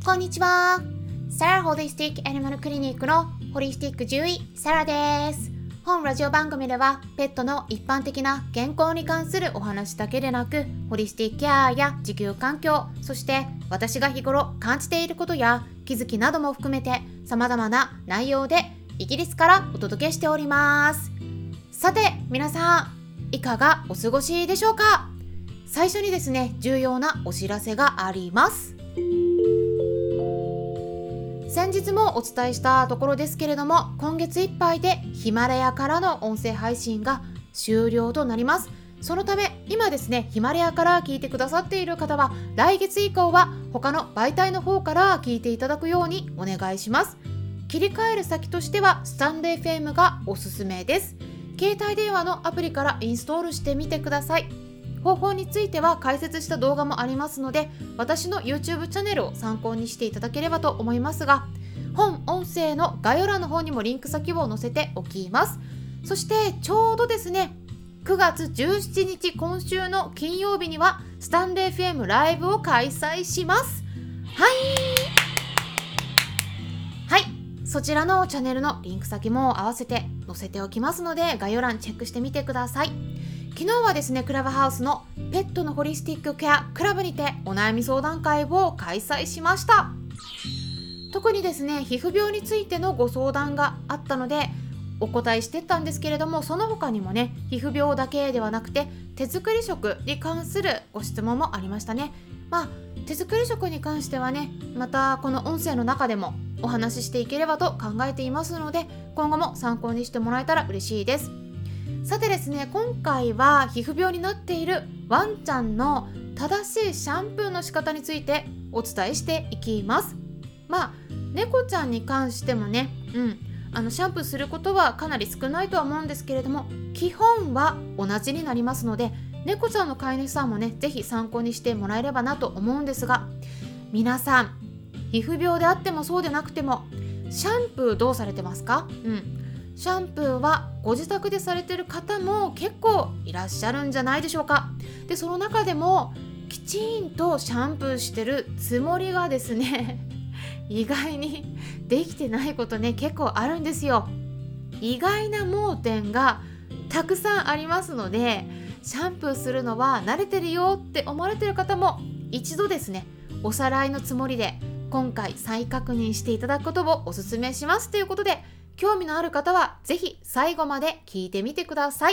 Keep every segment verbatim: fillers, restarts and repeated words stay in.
こんにちは。サラホリスティックアニマルクリニックのホリスティック獣医サラです。本ラジオ番組ではペットの一般的な健康に関するお話だけでなく、ホリスティックケアや地球環境、そして私が日頃感じていることや気づきなども含めて様々な内容でイギリスからお届けしております。さて皆さん、いかがお過ごしでしょうか。最初にですね、重要なお知らせがあります。先日もお伝えしたところですけれども、今月いっぱいでヒマラヤからの音声配信が終了となります。そのため今ですね、ヒマラヤから聞いてくださっている方は来月以降は他の媒体の方から聞いていただくようにお願いします。切り替える先としてはスタンド エフエム がおすすめです。携帯電話のアプリからインストールしてみてください。方法については解説した動画もありますので、私の YouTube チャンネルを参考にしていただければと思いますが、本音声の概要欄の方にもリンク先を載せておきます。そしてちょうどですね、くがつじゅうしちにち今週の金曜日にはスタンド エフエム ライブを開催します。はいはいそちらのチャンネルのリンク先も合わせて載せておきますので、概要欄チェックしてみてください。昨日はですね、クラブハウスのペットのホリスティックケアクラブにてお悩み相談会を開催しました。特にですね、皮膚病についてのご相談があったのでお答えしてったんですけれども、その他にもね、皮膚病だけではなくて手作り食に関するご質問もありましたね。まあ手作り食に関してはね、またこの音声の中でもお話ししていければと考えていますので、今後も参考にしてもらえたら嬉しいです。さてですね、今回は皮膚病になっているワンちゃんの正しいシャンプーの仕方についてお伝えしていきます。まあ猫ちゃんに関してもね、うん、あのシャンプーすることはかなり少ないとは思うんですけれども、基本は同じになりますので、猫ちゃんの飼い主さんもね、ぜひ参考にしてもらえればなと思うんですが、皆さん皮膚病であってもそうでなくてもシャンプーどうされてますか？うんシャンプーはご自宅でされてる方も結構いらっしゃるんじゃないでしょうか。で、その中でもきちんとシャンプーしてるつもりがですね意外にできてないことね、結構あるんですよ。意外な盲点がたくさんありますので、シャンプーするのは慣れてるよって思われてる方も一度ですね、おさらいのつもりで今回再確認していただくことをお勧めしますということで、興味のある方はぜひ最後まで聞いてみてください。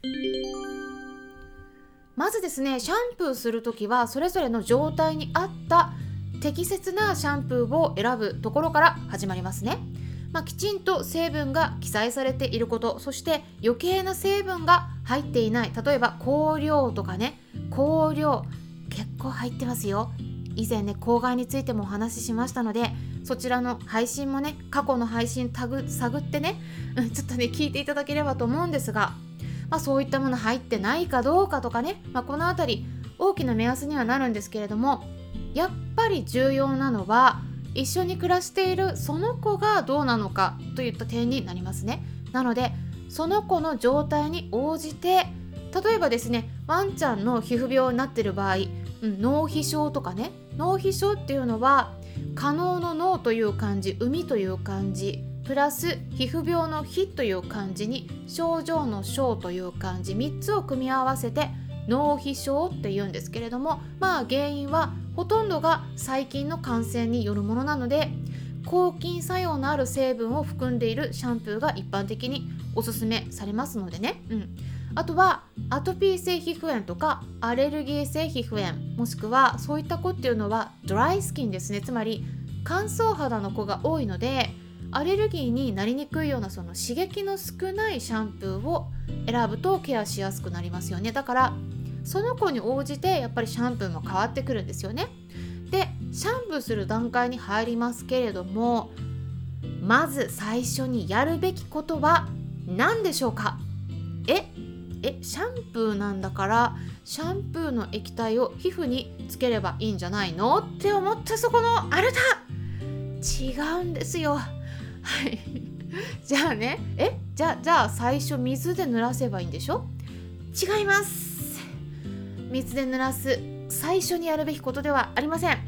まずですね、シャンプーするときはそれぞれの状態に合った適切なシャンプーを選ぶところから始まりますね。まあ、きちんと成分が記載されていること、そして余計な成分が入っていない、例えば香料とかね、香料結構入ってますよ。以前ね、香害についてもお話ししましたので、そちらの配信もね、過去の配信タグ探ってね、ちょっとね聞いていただければと思うんですが、まあ、そういったもの入ってないかどうかとかね、まあ、このあたり大きな目安にはなるんですけれども、やっぱり重要なのは一緒に暮らしているその子がどうなのかといった点になりますね。なのでその子の状態に応じて、例えばですね、ワンちゃんの皮膚病になっている場合、うん、脳皮症とかね、脳皮症っていうのは可能の脳という漢字、海という漢字プラス皮膚病の皮という漢字に症状の症という漢字みっつを組み合わせて脳皮症って言うんですけれども、まあ原因はほとんどが細菌の感染によるものなので、抗菌作用のある成分を含んでいるシャンプーが一般的におすすめされますのでね、うん、あとはアトピー性皮膚炎とかアレルギー性皮膚炎、もしくはそういった子っていうのはドライスキンですね、つまり乾燥肌の子が多いので、アレルギーになりにくいようなその刺激の少ないシャンプーを選ぶとケアしやすくなりますよね。だからその子に応じてやっぱりシャンプーも変わってくるんですよね。で、シャンプーする段階に入りますけれども、まず最初にやるべきことは何でしょうか？ええシャンプーなんだからシャンプーの液体を皮膚につければいいんじゃないのって思ったそこのあなた、違うんですよ。はいじゃあね、えじゃあじゃあ最初水で濡らせばいいんでしょ？違います。水で濡らす最初にやるべきことではありません。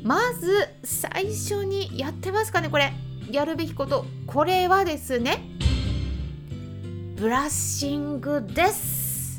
まず最初にやってますかね、これやるべきこと、これはですね、ブラッシングです。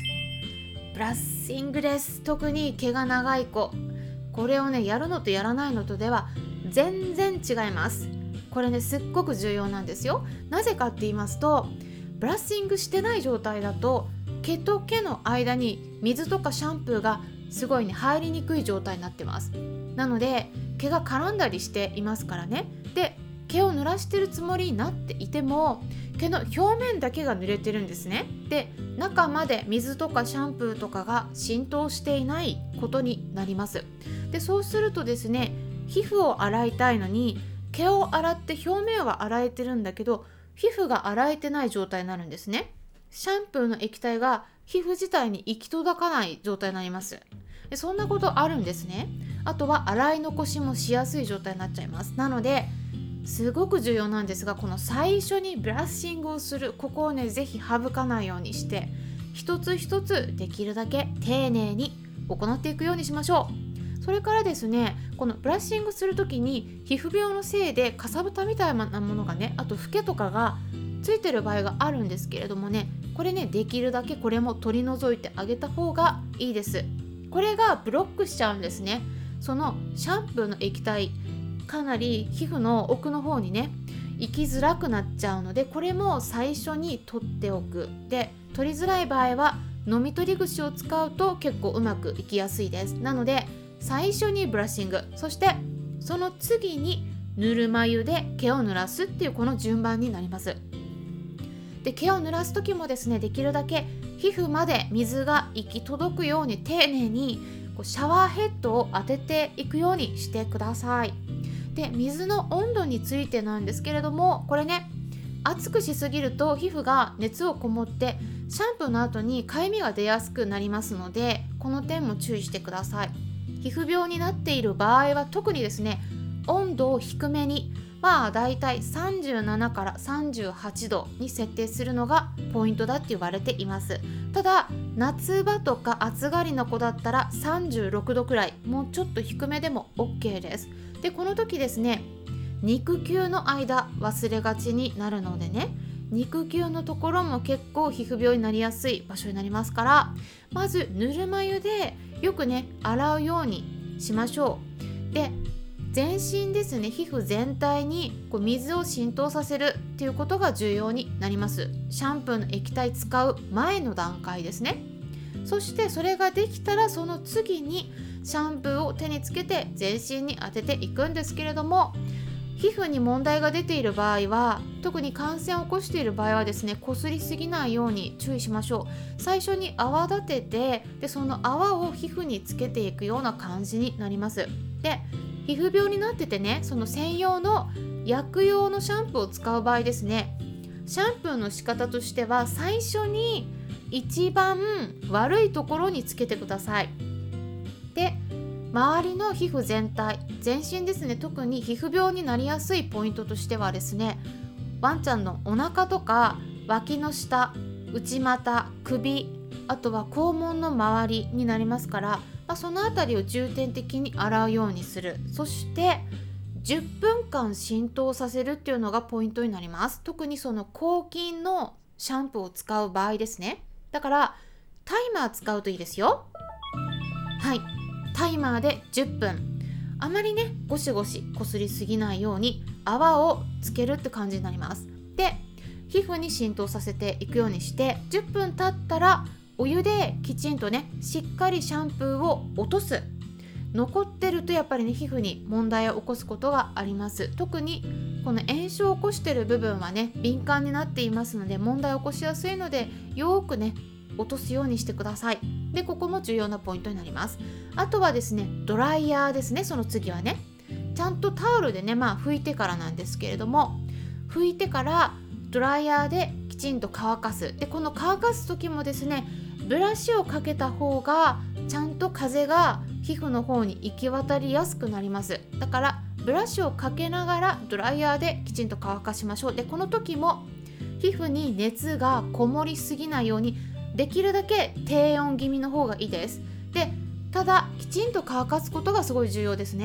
ブラッシングです。特に毛が長い子、これをねやるのとやらないのとでは全然違います。これねすっごく重要なんですよ。なぜかって言いますと、ブラッシングしてない状態だと毛と毛の間に水とかシャンプーがすごいね入りにくい状態になってます。なので毛が絡んだりしていますからね。で毛を濡らしてるつもりになっていても毛の表面だけが濡れてるんですね。で中まで水とかシャンプーとかが浸透していないことになります。でそうするとですね、皮膚を洗いたいのに毛を洗って表面は洗えてるんだけど皮膚が洗えてない状態になるんですね。シャンプーの液体が皮膚自体に行き届かない状態になります。でそんなことあるんですね。あとは洗い残しもしやすい状態になっちゃいます。なのですごく重要なんですが、この最初にブラッシングをする、ここをねぜひ省かないようにして一つ一つできるだけ丁寧に行っていくようにしましょう。それからですね、このブラッシングするときに皮膚病のせいでかさぶたみたいなものがね、あとフケとかがついてる場合があるんですけれどもね、これねできるだけこれも取り除いてあげた方がいいです。これがブロックしちゃうんですね。そのシャンプーの液体かなり皮膚の奥の方にね行きづらくなっちゃうので、これも最初に取っておく。で取りづらい場合は飲み取り口を使うと結構うまくいきやすいです。なので最初にブラッシング、そしてその次にぬるま湯で毛を濡らすっていうこの順番になります。で毛を濡らす時もですね、できるだけ皮膚まで水が行き届くように丁寧にこうシャワーヘッドを当てていくようにしてください。で水の温度についてなんですけれども、これね熱くしすぎると皮膚が熱をこもってシャンプーの後にかゆみが出やすくなりますので、この点も注意してください。皮膚病になっている場合は特にですね、温度を低めに、まあだいたいさんじゅうななからさんじゅうはちどに設定するのがポイントだって言われています。ただ夏場とか暑がりの子だったらさんじゅうろくどくらい、もうちょっと低めでも OK です。でこの時ですね、肉球の間忘れがちになるのでね、肉球のところも結構皮膚病になりやすい場所になりますから、まずぬるま湯でよくね洗うようにしましょう。で全身ですね、皮膚全体にこう水を浸透させるっていうことが重要になります。シャンプーの液体使う前の段階ですね。そしてそれができたらその次にシャンプーを手につけて全身に当てていくんですけれども、皮膚に問題が出ている場合は、特に感染を起こしている場合はですね、こすりすぎないように注意しましょう。最初に泡立てて、でその泡を皮膚につけていくような感じになります。で皮膚病になっててね、その専用の薬用のシャンプーを使う場合ですね、シャンプーの仕方としては最初に一番悪いところにつけてください。で周りの皮膚全体、全身ですね、特に皮膚病になりやすいポイントとしてはですね、ワンちゃんのお腹とか脇の下、内股、首、あとは肛門の周りになりますから、まあ、そのあたりを重点的に洗うようにする。そしてじゅっぷんかん浸透させるっていうのがポイントになります。特にその抗菌のシャンプーを使う場合ですね。だからタイマー使うといいですよ。はい、タイマーでじゅっぷん、あまりねゴシゴシこすりすぎないように泡をつけるって感じになります。で皮膚に浸透させていくようにして、じゅっぷん経ったらお湯できちんとねしっかりシャンプーを落とす。残ってるとやっぱりね皮膚に問題を起こすことがあります。特にこの炎症を起こしている部分はね敏感になっていますので、問題を起こしやすいのでよーくね落とすようにしてください。でここも重要なポイントになります。あとはですね、ドライヤーですね。その次はね、ちゃんとタオルでねまあ拭いてからなんですけれども、拭いてからドライヤーできちんと乾かす。でこの乾かす時もですね、ブラシをかけた方がちゃんと風が皮膚の方に行き渡りやすくなります。だからブラシをかけながらドライヤーできちんと乾かしましょう。でこの時も皮膚に熱がこもりすぎないように、できるだけ低温気味の方がいいです。でただきちんと乾かすことがすごい重要ですね。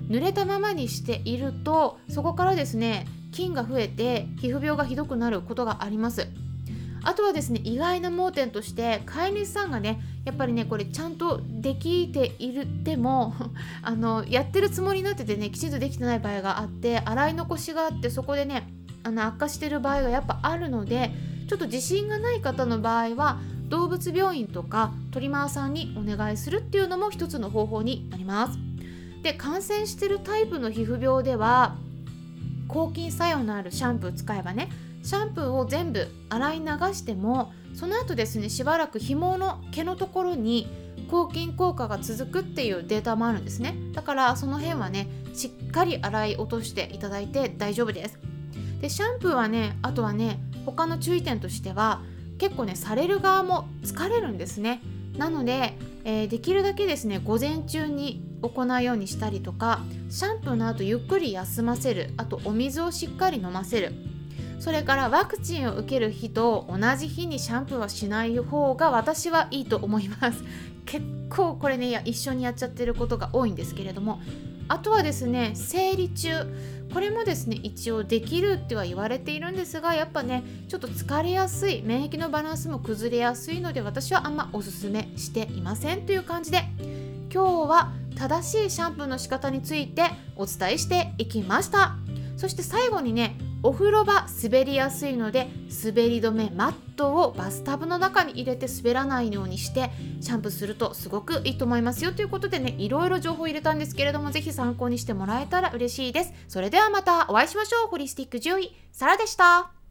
濡れたままにしているとそこからですね菌が増えて皮膚病がひどくなることがあります。あとはですね、意外な盲点として飼い主さんがねやっぱりねこれちゃんとできているでもあのやってるつもりになっててねきちんとできてない場合があって、洗い残しがあってそこでねあの悪化してる場合がやっぱあるので、ちょっと自信がない方の場合は動物病院とかトリマーさんにお願いするっていうのも一つの方法になります。で、感染してるタイプの皮膚病では抗菌作用のあるシャンプー使えばね、シャンプーを全部洗い流してもその後ですねしばらく紐の毛のところに抗菌効果が続くっていうデータもあるんですね。だからその辺はねしっかり洗い落としていただいて大丈夫です。で、シャンプーはね、あとはね他の注意点としては結構ねされる側も疲れるんですね。なので、えー、できるだけですね午前中に行うようにしたりとか、シャンプーの後ゆっくり休ませる、あとお水をしっかり飲ませる、それからワクチンを受ける日と同じ日にシャンプーはしない方が私はいいと思います。結構これね一緒にやっちゃってることが多いんですけれども、あとはですね生理中、これもですね一応できるっては言われているんですが、やっぱねちょっと疲れやすい、免疫のバランスも崩れやすいので私はあんまおすすめしていませんという感じで、今日は正しいシャンプーの仕方についてお伝えしていきました。そして最後にね、お風呂場滑りやすいので滑り止めマットをバスタブの中に入れて滑らないようにしてシャンプーするとすごくいいと思いますよということでね、いろいろ情報を入れたんですけれども、ぜひ参考にしてもらえたら嬉しいです。それではまたお会いしましょう。ホリスティック獣医サラでした。